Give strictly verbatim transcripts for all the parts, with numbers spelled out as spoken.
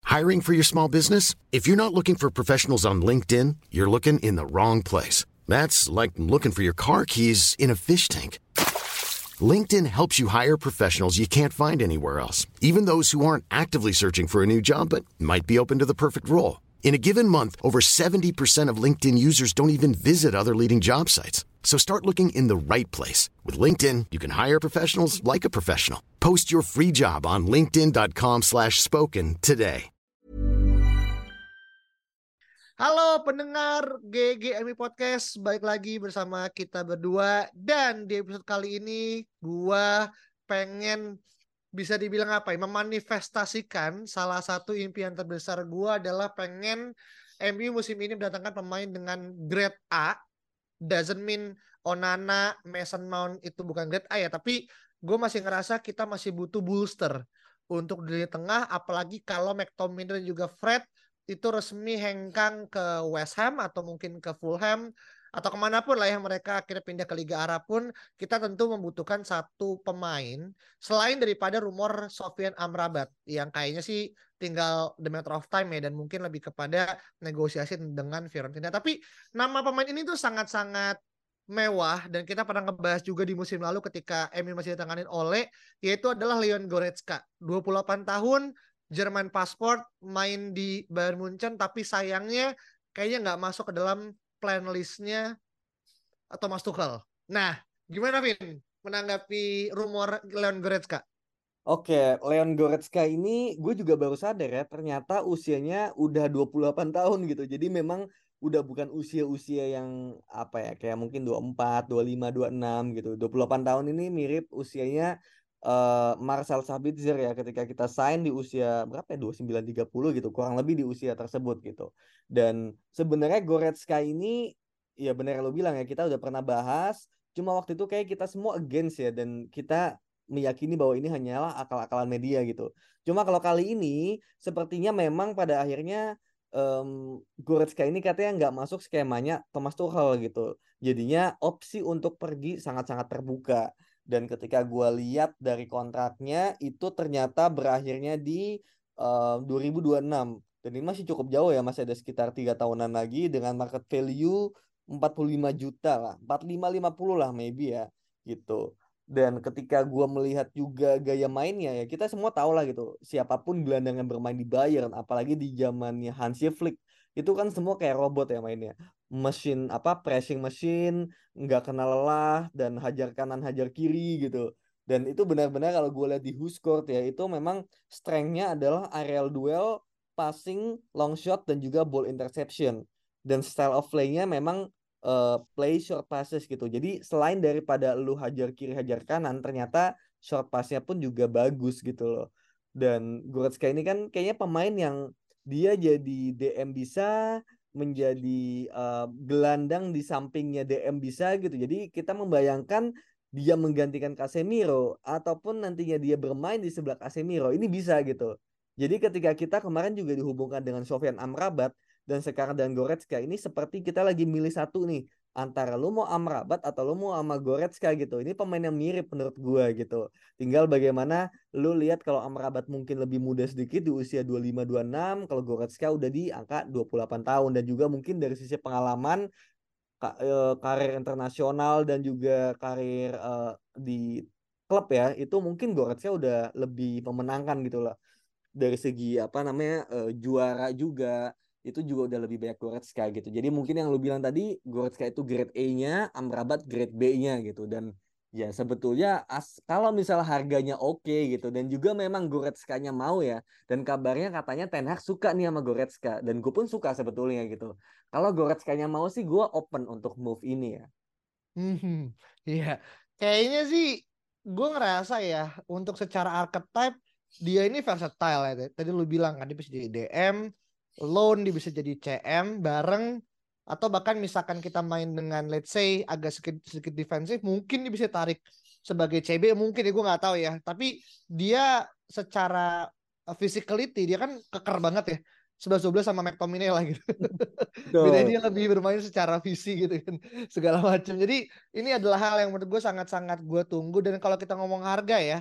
Hiring for your small business? If you're not looking for professionals on LinkedIn, you're looking in the wrong place. That's like looking for your car keys in a fish tank. LinkedIn helps you hire professionals you can't find anywhere else, even those who aren't actively searching for a new job but might be open to the perfect role. In a given month, over seventy percent of LinkedIn users don't even visit other leading job sites. So start looking in the right place. With LinkedIn, you can hire professionals like a professional. Post your free job on linkedin.com slash spoken today. Halo pendengar G G M I Podcast, balik lagi bersama kita berdua. Dan di episode kali ini gua pengen bisa dibilang apa ya, memanifestasikan salah satu impian terbesar gua adalah pengen M U musim ini mendatangkan pemain dengan grade A. Doesn't mean Onana, Mason Mount itu bukan grade A ya, tapi gue masih ngerasa kita masih butuh booster untuk di tengah, apalagi kalau McTominay dan juga Fred itu resmi hengkang ke West Ham atau mungkin ke Fulham atau kemanapun lah yang mereka akhirnya pindah ke Liga Arab pun, kita tentu membutuhkan satu pemain selain daripada rumor Sofyan Amrabat yang kayaknya sih tinggal the matter of time ya, dan mungkin lebih kepada negosiasi dengan Fiorentina. Tapi nama pemain ini tuh sangat-sangat mewah dan kita pernah ngebahas juga di musim lalu ketika M U masih ditanganin Ole, yaitu adalah Leon Goretzka, dua puluh delapan tahun, Jerman pasport, main di Bayern Munchen, tapi sayangnya kayaknya nggak masuk ke dalam plan listnya Thomas Tuchel. Nah, gimana Vin menanggapi rumor Leon Goretzka? Oke, Leon Goretzka ini gue juga baru sadar ya, ternyata usianya udah dua puluh delapan tahun gitu. Jadi memang udah bukan usia-usia yang apa ya, kayak mungkin dua puluh empat, dua puluh lima, dua puluh enam gitu. dua puluh delapan tahun ini mirip usianya uh, Marcel Sabitzer ya, ketika kita sign di usia berapa ya, dua puluh sembilan tiga puluh gitu, kurang lebih di usia tersebut gitu. Dan sebenarnya Goretzka ini ya benar lo bilang ya, kita udah pernah bahas, cuma waktu itu kayak kita semua against ya, dan kita meyakini bahwa ini hanyalah akal-akalan media gitu. Cuma kalau kali ini sepertinya memang pada akhirnya um, Goretzka ini katanya nggak masuk skemanya Thomas Tuchel gitu. Jadinya opsi untuk pergi sangat-sangat terbuka. Dan ketika gue lihat dari kontraknya itu ternyata berakhirnya di uh, dua ribu dua puluh enam. Dan ini masih cukup jauh ya, masih ada sekitar tiga tahunan lagi dengan market value empat puluh lima juta lah. empat puluh lima lima puluh lah maybe ya gitu. Dan ketika gue melihat juga gaya mainnya ya, kita semua tahu lah gitu, siapapun gelandang yang bermain di Bayern, apalagi di zamannya Hansi Flick, itu kan semua kayak robot ya mainnya, mesin apa, pressing mesin, nggak kenal lelah, dan hajar kanan hajar kiri gitu. Dan itu benar-benar kalau gue lihat di WhoScored ya, itu memang strength-nya adalah aerial duel, passing, long shot, dan juga ball interception. Dan style of play-nya memang Uh, play short passes gitu. Jadi selain daripada lu hajar kiri hajar kanan, ternyata short pass-nya pun juga bagus gitu loh. Dan Goretzka ini kan kayaknya pemain yang dia jadi D M bisa, menjadi uh, gelandang di sampingnya D M bisa gitu. Jadi kita membayangkan dia menggantikan Casemiro ataupun nantinya dia bermain di sebelah Casemiro, ini bisa gitu. Jadi ketika kita kemarin juga dihubungkan dengan Sofyan Amrabat dan sekarang dengan Goretzka, ini seperti kita lagi milih satu nih, antara lu mau Amrabat atau lu mau sama Goretzka gitu. Ini pemain yang mirip menurut gua gitu. Tinggal bagaimana lu lihat, kalau Amrabat mungkin lebih muda sedikit di usia dua puluh lima dua puluh enam, kalau Goretzka udah di angka dua puluh delapan tahun, dan juga mungkin dari sisi pengalaman karir internasional dan juga karir uh, di klub ya, itu mungkin Goretzka udah lebih memenangkan gitu lah. Dari segi apa namanya uh, juara juga, itu juga udah lebih banyak Goretzka gitu. Jadi mungkin yang lu bilang tadi, Goretzka itu grade A-nya, Amrabat grade B-nya gitu. Dan ya sebetulnya as, kalau misalnya harganya oke okay, gitu, dan juga memang Goretzka-nya mau ya, dan kabarnya katanya Ten Hag suka nih sama Goretzka, dan gue pun suka sebetulnya gitu. Kalau Goretzka-nya mau sih, gue open untuk move ini ya. Hmm, iya. Kayaknya sih gue ngerasa ya, untuk secara archetype dia ini versatile ya. Tadi lu bilang kan dia bisa jadi D M, loan, dia bisa jadi C M bareng, atau bahkan misalkan kita main dengan let's say agak sedikit, sedikit defensif, mungkin dia bisa tarik sebagai C B, mungkin ya, gue nggak tahu ya. Tapi dia secara physicality dia kan keker banget ya, sebelas dua belas sama McTominay lah gitu. Bedanya dia lebih bermain secara visi gitu kan, segala macam. Jadi ini adalah hal yang menurut gue sangat-sangat gue tunggu. Dan kalau kita ngomong harga ya,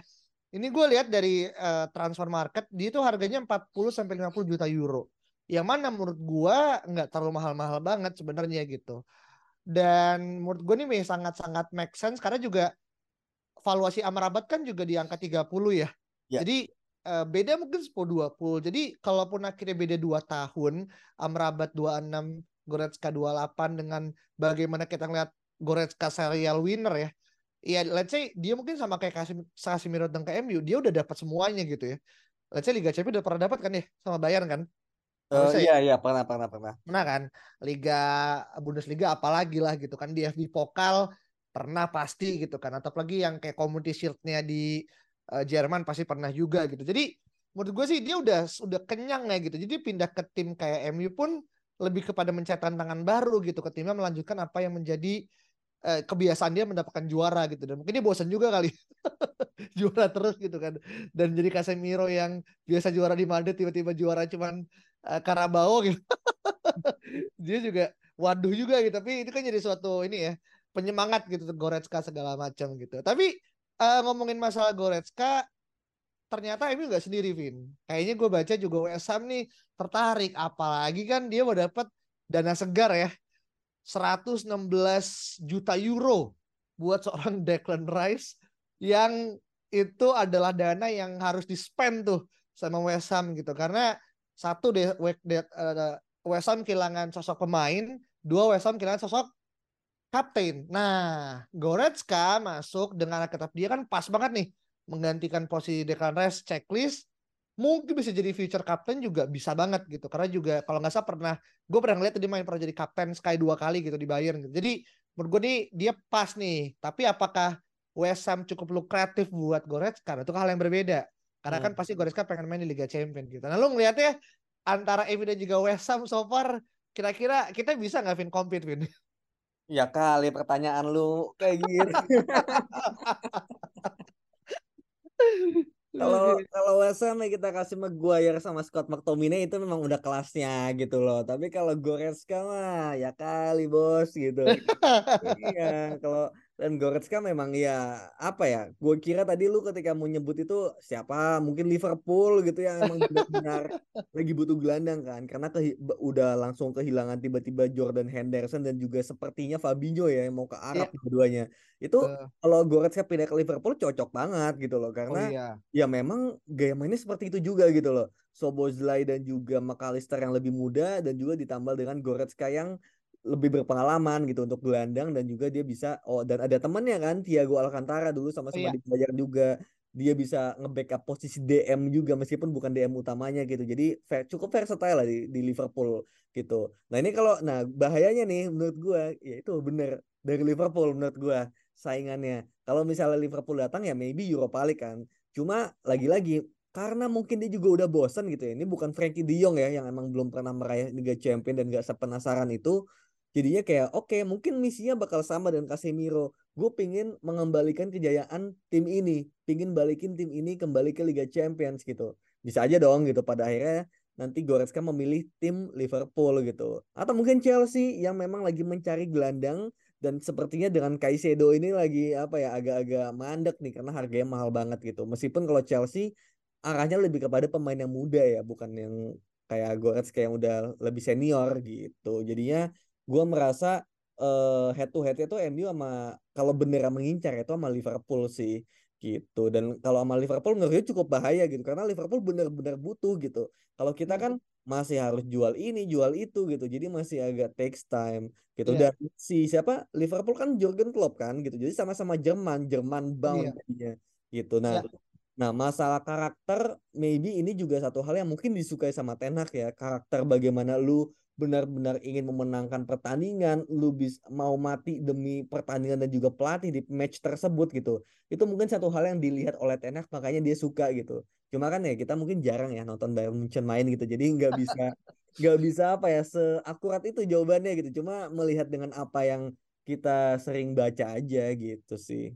Ini gue lihat dari uh, transfer market, dia itu harganya empat puluh sampai lima puluh juta euro. Yang mana menurut gue nggak terlalu mahal-mahal banget sebenarnya gitu. Dan menurut gue nih sangat-sangat make sense karena juga valuasi Amrabat kan juga di angka tiga puluh ya. Ya. Jadi uh, beda mungkin sepuluh dua puluh. Jadi kalaupun akhirnya beda dua tahun, Amrabat dua puluh enam, Goretzka dua puluh delapan dengan bagaimana kita ngeliat Goretzka serial winner ya. Iya, let's say dia mungkin sama kayak Casemiro datang ke M U, dia udah dapat semuanya gitu ya. Let's say Liga Champions udah pernah dapat kan ya sama Bayern kan? Uh, Harusnya iya ya. iya pernah pernah pernah. Pernah kan? Liga Bundesliga apalagi lah gitu kan, di F B Pokal pernah pasti gitu kan, atau lagi yang kayak Community Shield-nya di uh, Jerman pasti pernah juga gitu. Jadi menurut gue sih dia udah udah kenyang ya gitu. Jadi pindah ke tim kayak M U pun lebih kepada mencari tantangan baru gitu, ke timnya melanjutkan apa yang menjadi uh, kebiasaan dia mendapatkan juara gitu. Dan mungkin dia bosan juga kali juara terus gitu kan. Dan jadi Casemiro yang biasa juara di Madrid tiba-tiba juara cuman uh, Carabao gitu. Dia juga waduh juga gitu, tapi itu kan jadi suatu ini ya, penyemangat gitu Goretzka segala macam gitu. Tapi uh, ngomongin masalah Goretzka, ternyata M U nggak sendiri, Vin. Kayaknya gue baca juga West Ham nih tertarik, apalagi kan dia udah dapat dana segar ya, seratus enam belas juta euro buat seorang Declan Rice, yang itu adalah dana yang harus di-spend tuh sama West Ham gitu. Karena satu deh, West Ham kehilangan sosok pemain, dua West Ham kehilangan sosok kapten. Nah, Goretzka masuk dengan ketap dia kan pas banget nih menggantikan posisi Declan Rice, checklist. Mungkin bisa jadi future captain juga bisa banget gitu. Karena juga kalau nggak salah pernah, gue pernah ngeliat dia main pernah jadi kapten Sky dua kali gitu di Bayern gitu. Jadi menurut gue nih dia pas nih. Tapi apakah West Ham cukup lukratif buat Goretzka? Nah, itu hal yang berbeda. Karena kan Hmm. pasti Goretzka pengen main di Liga Champions gitu. Nah, lu ngeliatnya antara M U dan juga West Ham so far, kira-kira kita bisa nggak Vin compete, Vin? Ya kali pertanyaan lu kayak gitu. Kalau Oke. kalau West Ham ya kita kasih Maguire sama Scott McTominay itu memang udah kelasnya gitu loh. Tapi kalau Goretzka mah ya kali bos gitu. Iya, kalau dan Goretzka memang ya apa ya? Gue kira tadi lu ketika mau nyebut itu siapa? Mungkin Liverpool gitu yang emang benar-benar lagi butuh gelandang kan? Karena ke, udah langsung kehilangan tiba-tiba Jordan Henderson dan juga sepertinya Fabinho ya yang mau ke Arab Iya. dua-duanya. Itu Tuh. kalau Goretzka pindah ke Liverpool cocok banget gitu loh Oh karena iya. ya memang gaya mainnya seperti itu juga gitu loh. Szoboszlai dan juga McAllister yang lebih muda dan juga ditambah dengan Goretzka yang lebih berpengalaman gitu untuk gelandang dan juga dia bisa oh dan ada temennya kan Thiago Alcantara dulu Oh sama-sama iya. di Bayern juga dia bisa nge-backup posisi D M juga meskipun bukan D M utamanya gitu jadi fair, cukup versatile lah di, di Liverpool gitu nah ini kalau nah bahayanya nih menurut gua ya itu bener dari Liverpool menurut gua saingannya kalau misalnya Liverpool datang ya maybe Europa League kan cuma lagi-lagi karena mungkin dia juga udah bosan gitu ya ini bukan Frankie De Jong ya yang emang belum pernah meraih Liga Champions dan gak sepenasaran itu jadinya kayak oke okay, mungkin misinya bakal sama dengan Casemiro. Gue pingin mengembalikan kejayaan tim ini, pingin balikin tim ini kembali ke Liga Champions gitu. Bisa aja dong gitu pada akhirnya nanti Goretzka memilih tim Liverpool gitu. Atau mungkin Chelsea yang memang lagi mencari gelandang dan sepertinya dengan Caicedo ini lagi apa ya agak-agak mandek nih karena harganya mahal banget gitu. Meskipun kalau Chelsea arahnya lebih kepada pemain yang muda ya, bukan yang kayak Goretzka yang udah lebih senior gitu. Jadinya gue merasa uh, head to headnya tuh M U sama kalau beneran mengincar itu sama Liverpool sih gitu dan kalau sama Liverpool menurut gue cukup bahaya gitu karena Liverpool bener-bener butuh gitu kalau kita kan masih harus jual ini jual itu gitu jadi masih agak takes time gitu Iya. dan si siapa Liverpool kan Jurgen Klopp kan gitu jadi sama-sama Jerman Jerman bound Iya. jadinya gitu nah Ya. nah masalah karakter maybe ini juga satu hal yang mungkin disukai sama Ten Hag ya karakter bagaimana lu benar-benar ingin memenangkan pertandingan, lu bisa mau mati demi pertandingan dan juga pelatih di match tersebut gitu. Itu mungkin satu hal yang dilihat oleh Ten Hag makanya dia suka gitu. Cuma kan ya kita mungkin jarang ya nonton Bayern Munchen main gitu. Jadi nggak bisa nggak bisa apa ya seakurat itu jawabannya gitu. Cuma melihat dengan apa yang kita sering baca aja gitu sih.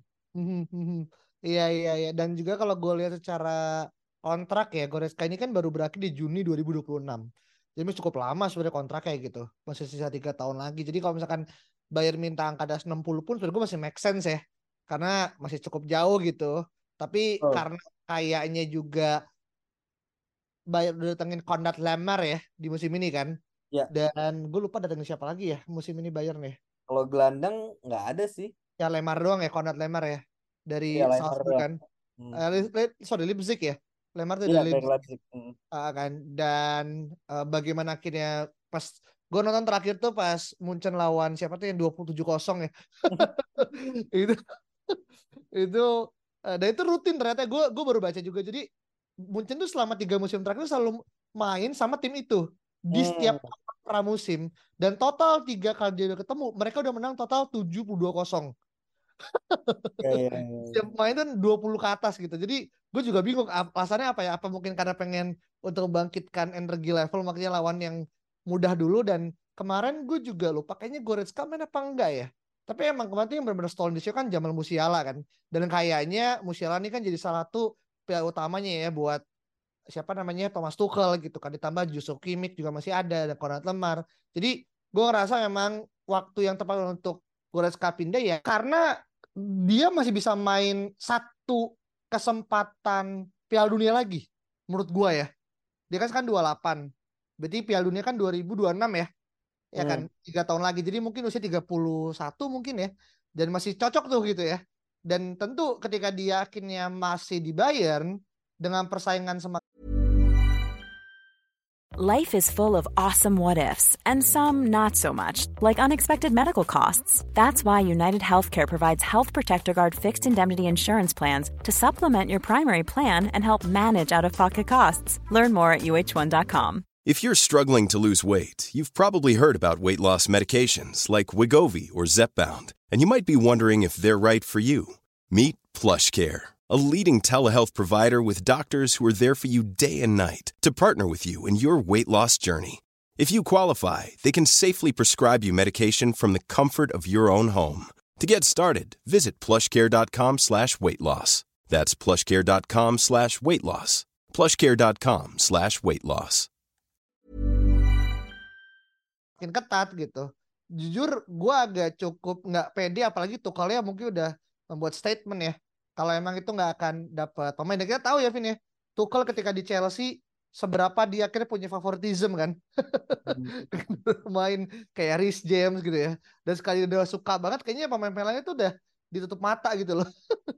Iya, iya, iya. Dan juga kalau gue lihat secara kontrak ya, Goretzka ini kan baru berakhir di Juni dua ribu dua puluh enam. Jadi masih cukup lama sebenarnya kontrak kayak gitu. Masih sisa tiga tahun lagi. Jadi kalau misalkan Bayern minta angka das enam puluh pun sebenarnya gue masih make sense ya. Karena masih cukup jauh gitu. Tapi Oh. karena kayaknya juga Bayern udah datengin Konrad Lemar ya di musim ini kan. Ya, Dan gue lupa datengin siapa lagi ya musim ini Bayern ya. kalau gelandang nggak ada sih. Ya Lemar doang ya, Konrad Lemar ya. Iya, Dari Lemar Salzburg doang. kan. Hmm. Eh, Le- Le- sorry, Leipzig ya. Lemar tuh Iya, dari dari Leipzig Leipzig. Hmm. ah, kan. Dan eh, bagaimana akhirnya pas gue nonton terakhir tuh pas Munchen lawan siapa tuh yang dua puluh tujuh kosong ya. Itu itu eh, dan itu rutin ternyata gue gue baru baca juga. Jadi Munchen tuh selama tiga musim terakhir selalu main sama tim itu di Hmm. setiap pramusim, dan total tiga kali dia udah ketemu mereka udah menang total tujuh puluh dua kosong. Ya, ya, ya. Setiap main kan dua puluh ke atas gitu. Jadi gue juga bingung ap- alasannya apa ya? Apa mungkin karena pengen untuk membangkitkan energi level makanya lawan yang mudah dulu. Dan kemarin gue juga lupa kayaknya Goretzka main apa enggak ya. Tapi emang kemarin tuh yang benar-benar stall di show kan Jamal Musiala kan. Dan kayaknya Musiala ini kan jadi salah satu pihak utamanya ya buat siapa namanya Thomas Tuchel gitu kan, ditambah Joshua Kimmich juga masih ada, dan Konrad Lemar. Jadi gue ngerasa memang waktu yang tepat untuk Goretzka pindah ya karena dia masih bisa main satu kesempatan Piala Dunia lagi menurut gue ya. Dia kan sekarang dua puluh delapan, berarti Piala Dunia kan dua ribu dua puluh enam ya, ya kan Hmm. tiga tahun lagi, jadi mungkin usia tiga puluh satu mungkin ya, dan masih cocok tuh gitu ya. Dan tentu ketika dia akhirnya masih di Bayern dengan persaingan semakin Life is full of awesome what ifs, and some not so much, like unexpected medical costs. That's why United Healthcare provides Health Protector Guard fixed indemnity insurance plans to supplement your primary plan and help manage out of pocket costs. Learn more at U H one dot com. If you're struggling to lose weight, you've probably heard about weight loss medications like Wegovy or Zepbound, and you might be wondering if they're right for you. Meet PlushCare, a leading telehealth provider with doctors who are there for you day and night to partner with you in your weight loss journey. If you qualify, they can safely prescribe you medication from the comfort of your own home. To get started, visit plushcare.com slash weight loss. That's plushcare.com slash weight loss. plushcare.com slash weight loss. ketat gitu. Jujur gue agak cukup nggak pede, apalagi Tuchelnya mungkin udah membuat statement ya. Kalau emang itu nggak akan dapat pemain. Dan kita tahu ya Vin ya, Tuchel ketika di Chelsea seberapa dia akhirnya punya favoritism kan. Main kayak Reece James gitu ya. Dan sekali udah suka banget kayaknya pemain-pemain lainnya tuh udah ditutup mata gitu loh.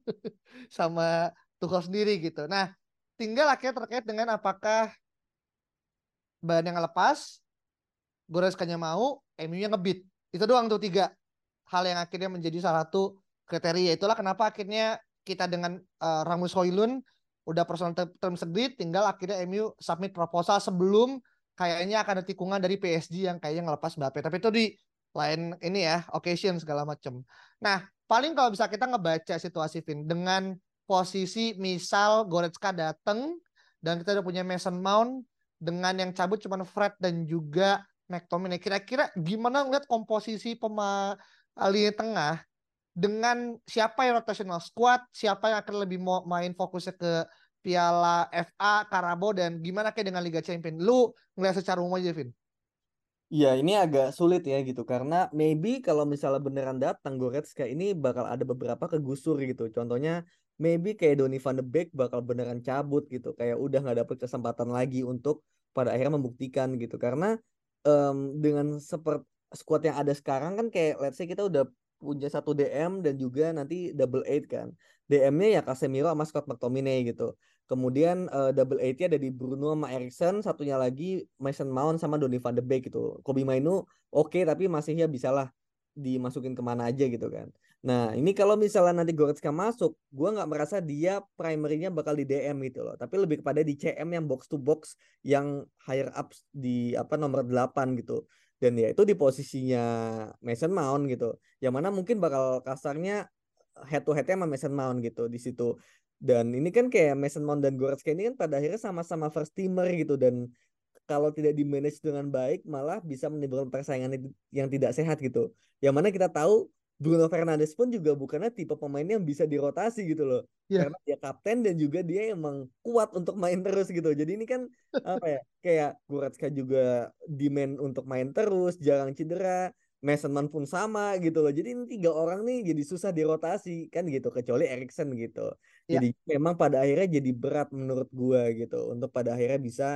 Sama Tuchel sendiri gitu. Nah, tinggal akhirnya terkait dengan apakah Bayern yang ngelepas, Goretzka-nya mau, M U-nya ngebit. Itu doang tuh tiga hal yang akhirnya menjadi salah satu kriteria. Itulah kenapa akhirnya kita dengan uh, Rasmus Højlund udah personal terms agreed, tinggal akhirnya M U submit proposal sebelum kayaknya akan ada tikungan dari P S G yang kayaknya ngelepas Mbappe. Tapi itu di lain ini ya, occasion segala macam. Nah, paling kalau bisa kita ngebaca situasi Vin dengan posisi misal Goretzka datang dan kita udah punya Mason Mount, dengan yang cabut cuma Fred dan juga McTominay. Kira-kira gimana ngeliat komposisi pemain lini tengah dengan siapa yang rotational squad, siapa yang akan lebih mau main fokusnya ke Piala F A, Carabao, dan gimana kayak dengan Liga Champions? Lu ngeliat secara umum aja, Vin? Iya, ini agak sulit ya gitu karena maybe kalau misalnya beneran datang Goretzka ini bakal ada beberapa kegusur gitu. Contohnya maybe kayak Donny van de Beek bakal beneran cabut gitu, kayak udah nggak dapet kesempatan lagi untuk pada akhirnya membuktikan gitu. Karena em, dengan seperti squad yang ada sekarang kan kayak let's say kita udah punya satu D M dan juga nanti double eight kan. D M-nya ya Casemiro sama Scott McTominay gitu. Kemudian uh, double eight-nya ada di Bruno sama Eriksen, satunya lagi Mason Mount sama Donny van de Beek gitu. Kobbie Mainoo oke okay, tapi masih ya bisalah dimasukin kemana aja gitu kan. Nah ini kalau misalnya nanti Goretzka masuk, gue nggak merasa dia primernya bakal di D M gitu loh. Tapi lebih kepada di C M yang box to box yang higher up di apa nomor delapan gitu. Dan ya itu di posisinya Mason Mount gitu. Yang mana mungkin bakal kasarnya head to head-nya sama Mason Mount gitu di situ. Dan ini kan kayak Mason Mount dan Goretzka ini kan pada akhirnya sama-sama first teamer gitu, dan kalau tidak di manage dengan baik malah bisa menimbulkan persaingan yang tidak sehat gitu. Yang mana kita tahu Bruno Fernandes pun juga bukannya tipe pemain yang bisa dirotasi gitu loh. Yeah. Karena dia kapten dan juga dia emang kuat untuk main terus gitu. Jadi ini kan apa ya, kayak Goretzka juga demand untuk main terus, jarang cedera. Mason Mount pun sama gitu loh. Jadi ini tiga orang nih jadi susah dirotasi kan gitu, kecuali Eriksen gitu. Ya. Jadi memang pada akhirnya jadi berat menurut gua gitu untuk pada akhirnya bisa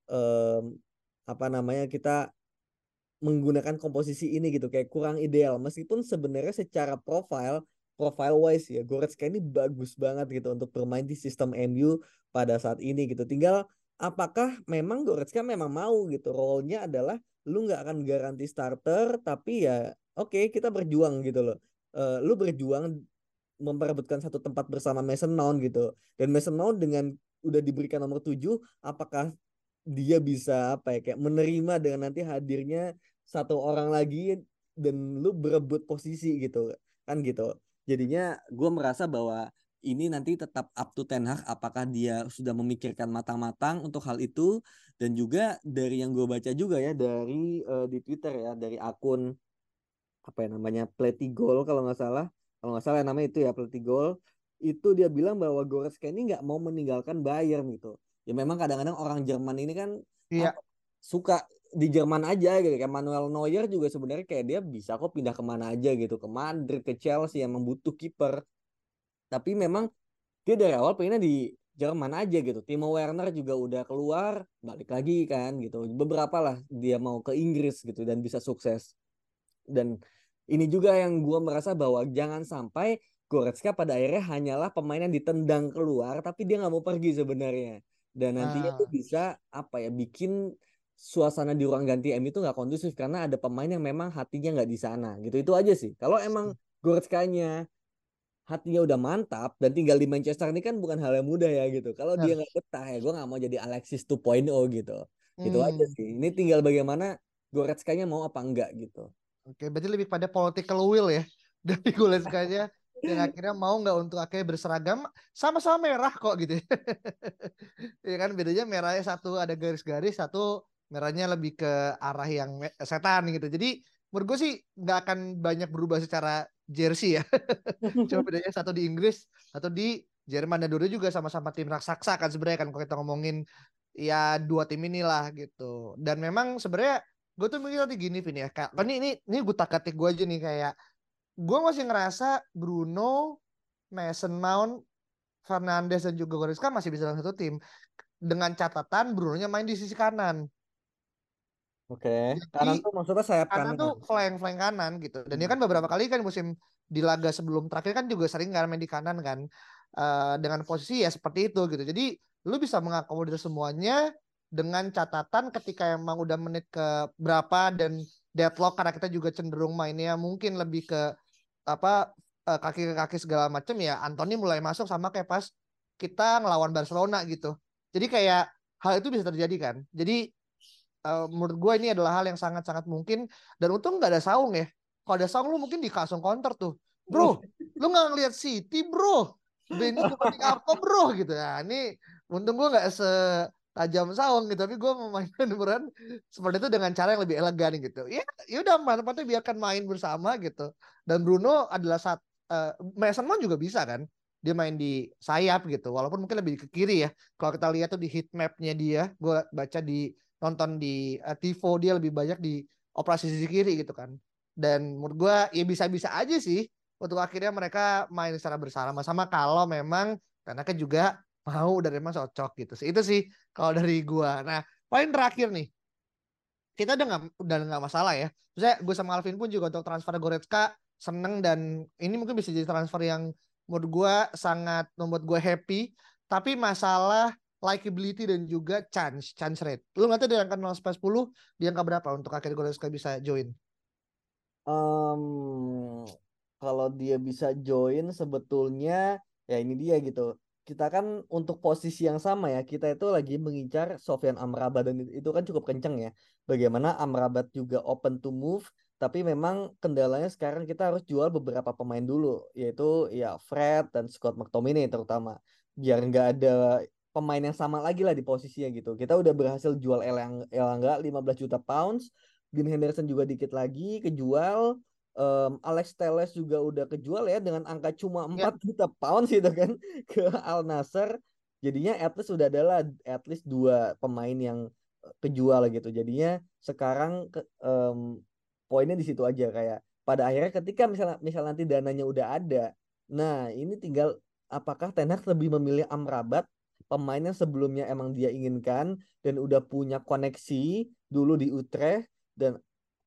em, apa namanya kita menggunakan komposisi ini gitu, kayak kurang ideal meskipun sebenarnya secara profile profile wise ya Goretzka ini bagus banget gitu untuk bermain di sistem M U pada saat ini gitu. Tinggal apakah memang Goretzka memang mau gitu, role-nya adalah lu nggak akan garansi starter tapi ya oke okay, kita berjuang gitu loh. Uh, lu berjuang memperebutkan satu tempat bersama Mason Mount gitu, dan Mason Mount dengan udah diberikan nomor tujuh, apakah dia bisa apa ya kayak menerima dengan nanti hadirnya satu orang lagi dan lu berebut posisi gitu kan gitu. Jadinya gue merasa bahwa ini nanti tetap up to Ten Hag apakah dia sudah memikirkan matang-matang untuk hal itu. Dan juga dari yang gue baca juga ya dari uh, di Twitter ya, dari akun apa ya namanya Plety Goal kalau nggak salah kalau nggak salah namanya itu ya Plety Goal, itu dia bilang bahwa Goretzka ini nggak mau meninggalkan Bayern gitu. Ya memang kadang-kadang orang Jerman ini kan Iya. apa, suka di Jerman aja gitu, kayak Manuel Neuer juga sebenarnya kayak dia bisa kok pindah kemana aja gitu, ke Madrid, ke Chelsea yang membutuh kiper, tapi memang dia dari awal pengennya di Jerman aja gitu. Timo Werner juga udah keluar balik lagi kan gitu, beberapa lah dia mau ke Inggris gitu dan bisa sukses. Dan ini juga yang gue merasa bahwa jangan sampai Goretzka pada akhirnya hanyalah pemain yang ditendang keluar tapi dia nggak mau pergi sebenarnya, dan nantinya tuh Ah, bisa apa ya bikin suasana di ruang ganti M itu nggak kondusif karena ada pemain yang memang hatinya nggak di sana gitu. Itu aja sih kalau emang Goretzka-nya hatinya udah mantap dan tinggal di Manchester ini kan bukan hal yang mudah ya gitu. Kalau dia benar. nggak betah ya gue nggak mau jadi Alexis dua titik nol gitu. Gitu aja Hmm. sih. Ini tinggal bagaimana Goretzka-nya mau apa enggak gitu. Oke, berarti lebih pada political will ya dari Goretzka-nya yang akhirnya mau nggak untuk akhirnya berseragam sama-sama merah kok gitu ya. Ya kan bedanya merahnya satu ada garis-garis, satu merahnya lebih ke arah yang setan gitu. Jadi menurut gue sih nggak akan banyak berubah secara jersey ya. Cuma bedanya satu di Inggris, satu di Jerman, dan dulu juga sama-sama tim raksasa kan sebenarnya kan kalau kita ngomongin ya dua tim inilah gitu. Dan memang sebenarnya gue tuh mikir tadi gini Vin ya, kayak kan ini ini ini gue tak-atik gue aja nih, kayak gue masih ngerasa Bruno, Mason Mount, Fernandes dan juga Goretzka masih bisa dalam satu tim dengan catatan Bruno-nya main di sisi kanan. Oke, Jadi kanan tuh maksudnya sayap kanan kanan. tuh flank flank kanan gitu. Dan dia kan beberapa kali kan musim di laga sebelum terakhir kan juga sering kan main di kanan kan. Eh, dengan posisi ya seperti itu gitu. Jadi lu bisa mengakomodir semuanya dengan catatan ketika emang udah menit ke berapa dan deadlock, karena kita juga cenderung mainnya mungkin lebih ke apa eh, kaki ke kaki segala macam ya. Anthony mulai masuk sama kayak pas kita ngelawan Barcelona gitu. Jadi kayak hal itu bisa terjadi kan. Jadi uh, menurut gue ini adalah hal yang sangat-sangat mungkin, dan untung nggak ada saung ya. Kalau ada saung lu mungkin dikasong counter tuh, bro. Lu nggak ngeliat City bro, bench seperti apa bro gitu. Nah ini untung gue nggak setajam saung gitu, tapi gue memainkan beneran seperti itu dengan cara yang lebih elegan gitu. Ya, ya udah manfaatnya biarkan main bersama gitu. Dan Bruno adalah saat uh, Mason Mount juga bisa kan. Dia main di sayap gitu, walaupun mungkin lebih ke kiri ya. Kalau kita lihat tuh di heat mapnya dia, gue baca di nonton di uh, Tivo, dia lebih banyak di operasi sisi kiri gitu kan. Dan menurut gue ya bisa-bisa aja sih untuk akhirnya mereka main secara bersama-sama kalau memang karena kan juga mau dan memang cocok gitu sih. Itu sih kalau dari gue. Nah, poin terakhir nih, kita udah nggak udah nggak masalah ya. Terus gue sama Alvin pun juga untuk transfer Goretzka seneng, dan ini mungkin bisa jadi transfer yang menurut gue sangat membuat gue happy. Tapi masalah likability dan juga chance chance rate. Lu nggak tahu dari angka nol sampai sepuluh di angka berapa untuk akhirnya Goretzka bisa join? Um, kalau dia bisa join sebetulnya ya ini dia gitu. Kita kan untuk posisi yang sama ya, kita itu lagi mengincar Sofyan Amrabat dan itu kan cukup kenceng ya. Bagaimana Amrabat juga open to move, tapi memang kendalanya sekarang kita harus jual beberapa pemain dulu, yaitu ya Fred dan Scott McTominay terutama. Biar nggak ada pemain yang sama lagi lah di posisinya gitu. Kita udah berhasil jual Elang Elanga lima belas juta pounds. Dean Henderson juga dikit lagi kejual. Um, Alex Telles juga udah kejual ya dengan angka cuma Ya, empat juta pounds gitu kan ke Al Nassr. Jadinya at least sudah adalah at least dua pemain yang kejual gitu. Jadinya sekarang ke, um, poinnya di situ aja, kayak pada akhirnya ketika misalnya misal nanti dananya udah ada, nah ini tinggal apakah Ten Hag lebih memilih Amrabat, pemain yang sebelumnya emang dia inginkan dan udah punya koneksi dulu di Utrecht, dan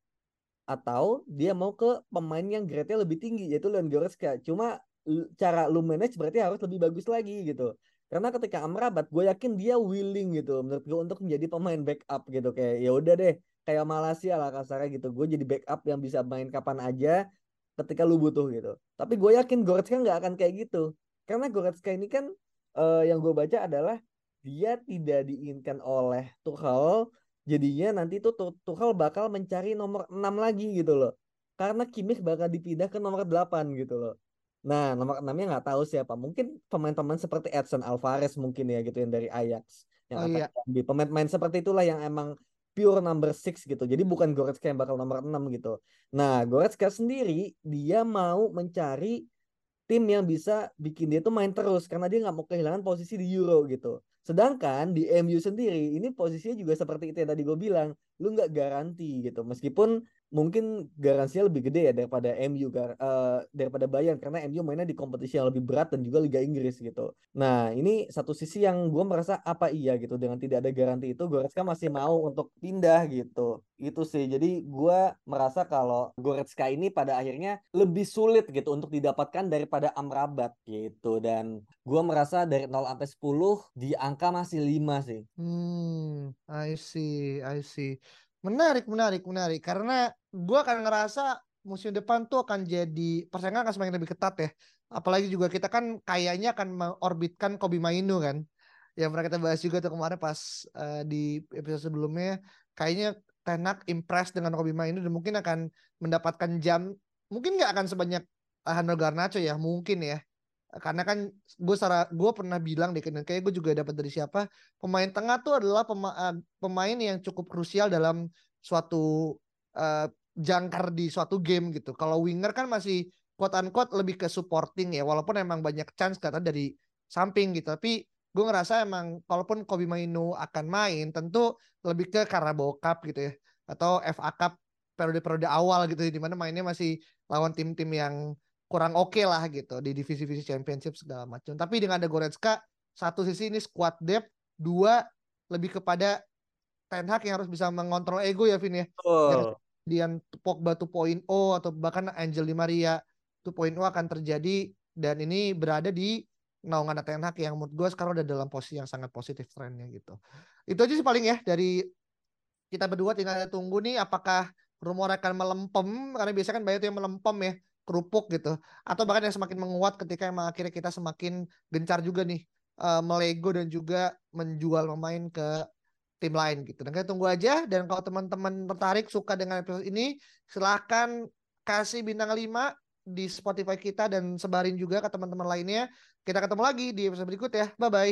atau dia mau ke pemain yang grade-nya lebih tinggi yaitu Leon Goretzka. Cuma cara lu manage berarti harus lebih bagus lagi gitu. Karena ketika Amrabat, gue yakin dia willing gitu menurut gue untuk menjadi pemain backup gitu, kayak ya udah deh kayak Malaysia lah kasarnya gitu. Gue jadi backup yang bisa main kapan aja ketika lu butuh gitu. Tapi gue yakin Goretzka nggak akan kayak gitu. Karena Goretzka ini kan uh, yang gue baca adalah dia tidak diinginkan oleh Tuchel. Jadinya nanti tuh Tuchel bakal mencari nomor enam lagi gitu loh. Karena Kimmich bakal dipindah ke nomor delapan gitu loh. Nah, nomor enamnya nggak tahu siapa. Mungkin pemain-pemain seperti Edson Alvarez mungkin ya gitu yang dari Ajax. Yang Oh akan iya. diambil. Pemain-pemain seperti itulah yang emang pure number six gitu. Jadi bukan Goretzka yang bakal nomor enam gitu. Nah, Goretzka sendiri dia mau mencari tim yang bisa bikin dia tuh main terus karena dia nggak mau kehilangan posisi di Euro gitu. Sedangkan di M U sendiri ini posisinya juga seperti itu yang tadi gue bilang, lu nggak garansi gitu. Meskipun mungkin garansinya lebih gede ya daripada M U uh, daripada Bayern, karena M U mainnya di kompetisi yang lebih berat dan juga Liga Inggris gitu. Nah ini satu sisi yang gue merasa apa iya gitu, dengan tidak ada garansi itu Goretzka masih mau untuk pindah gitu. Itu sih, jadi gue merasa kalau Goretzka ini pada akhirnya lebih sulit gitu untuk didapatkan daripada Amrabat gitu. Dan gue merasa dari nol sampai sepuluh di angka masih lima sih. Hmm, I see, I see. Menarik, menarik, menarik. Karena gue akan ngerasa musim depan tuh akan jadi persaingan akan semakin lebih ketat ya. Apalagi juga kita kan kayaknya akan mengorbitkan Kobbie Mainoo kan. Yang pernah kita bahas juga tuh kemarin pas uh, di episode sebelumnya. Kayaknya Ten Hag impress dengan Kobbie Mainoo dan mungkin akan mendapatkan jam. Mungkin nggak akan sebanyak Alejandro Garnacho ya, mungkin ya. Karena kan gue secara gue pernah bilang deh, kayak gue juga dapat dari siapa, pemain tengah tuh adalah pema, pemain yang cukup krusial dalam suatu uh, jangkar di suatu game gitu. Kalau winger kan masih quote unquote lebih ke supporting ya, walaupun emang banyak chance kata dari samping gitu. Tapi gue ngerasa emang walaupun Kobbie Mainoo akan main, tentu lebih ke Carabao Cup gitu ya, atau F A Cup periode-periode awal gitu, di mana mainnya masih lawan tim-tim yang kurang oke okay lah gitu di divisi-divisi championship segala macam. Tapi dengan ada Goretzka, satu sisi ini squad depth, dua lebih kepada Ten Hag yang harus bisa mengontrol ego ya Vin ya. Oh. Kemudian Pogba dua titik nol atau bahkan Angel Di Maria dua titik nol akan terjadi, dan ini berada di naungan Ten Hag yang menurut gue sekarang udah dalam posisi yang sangat positif trennya gitu. Itu aja sih paling ya dari kita berdua. Tinggal tunggu nih apakah rumor akan melempem, karena biasanya kan banyak yang melempem ya, kerupuk gitu, atau bahkan yang semakin menguat ketika emang akhirnya kita semakin gencar juga nih uh, melego dan juga menjual pemain ke tim lain gitu. Dan kita tunggu aja. Dan kalau teman-teman tertarik suka dengan episode ini, silahkan kasih bintang lima di Spotify kita dan sebarin juga ke teman-teman lainnya. Kita ketemu lagi di episode berikut ya. Bye bye.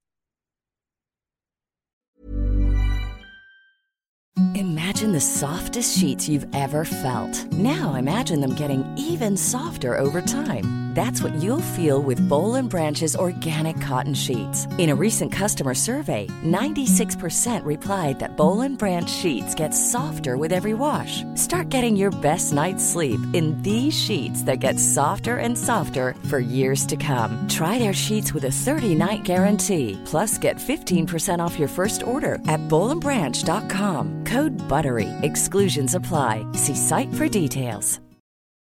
Imagine the softest sheets you've ever felt. Now imagine them getting even softer over time. That's what you'll feel with Boll and Branch's organic cotton sheets. In a recent customer survey, ninety-six percent replied that Boll and Branch sheets get softer with every wash. Start getting your best night's sleep in these sheets that get softer and softer for years to come. Try their sheets with a thirty-night guarantee. Plus, get fifteen percent off your first order at boll and branch dot com. Code BUTTERY. Exclusions apply. See site for details.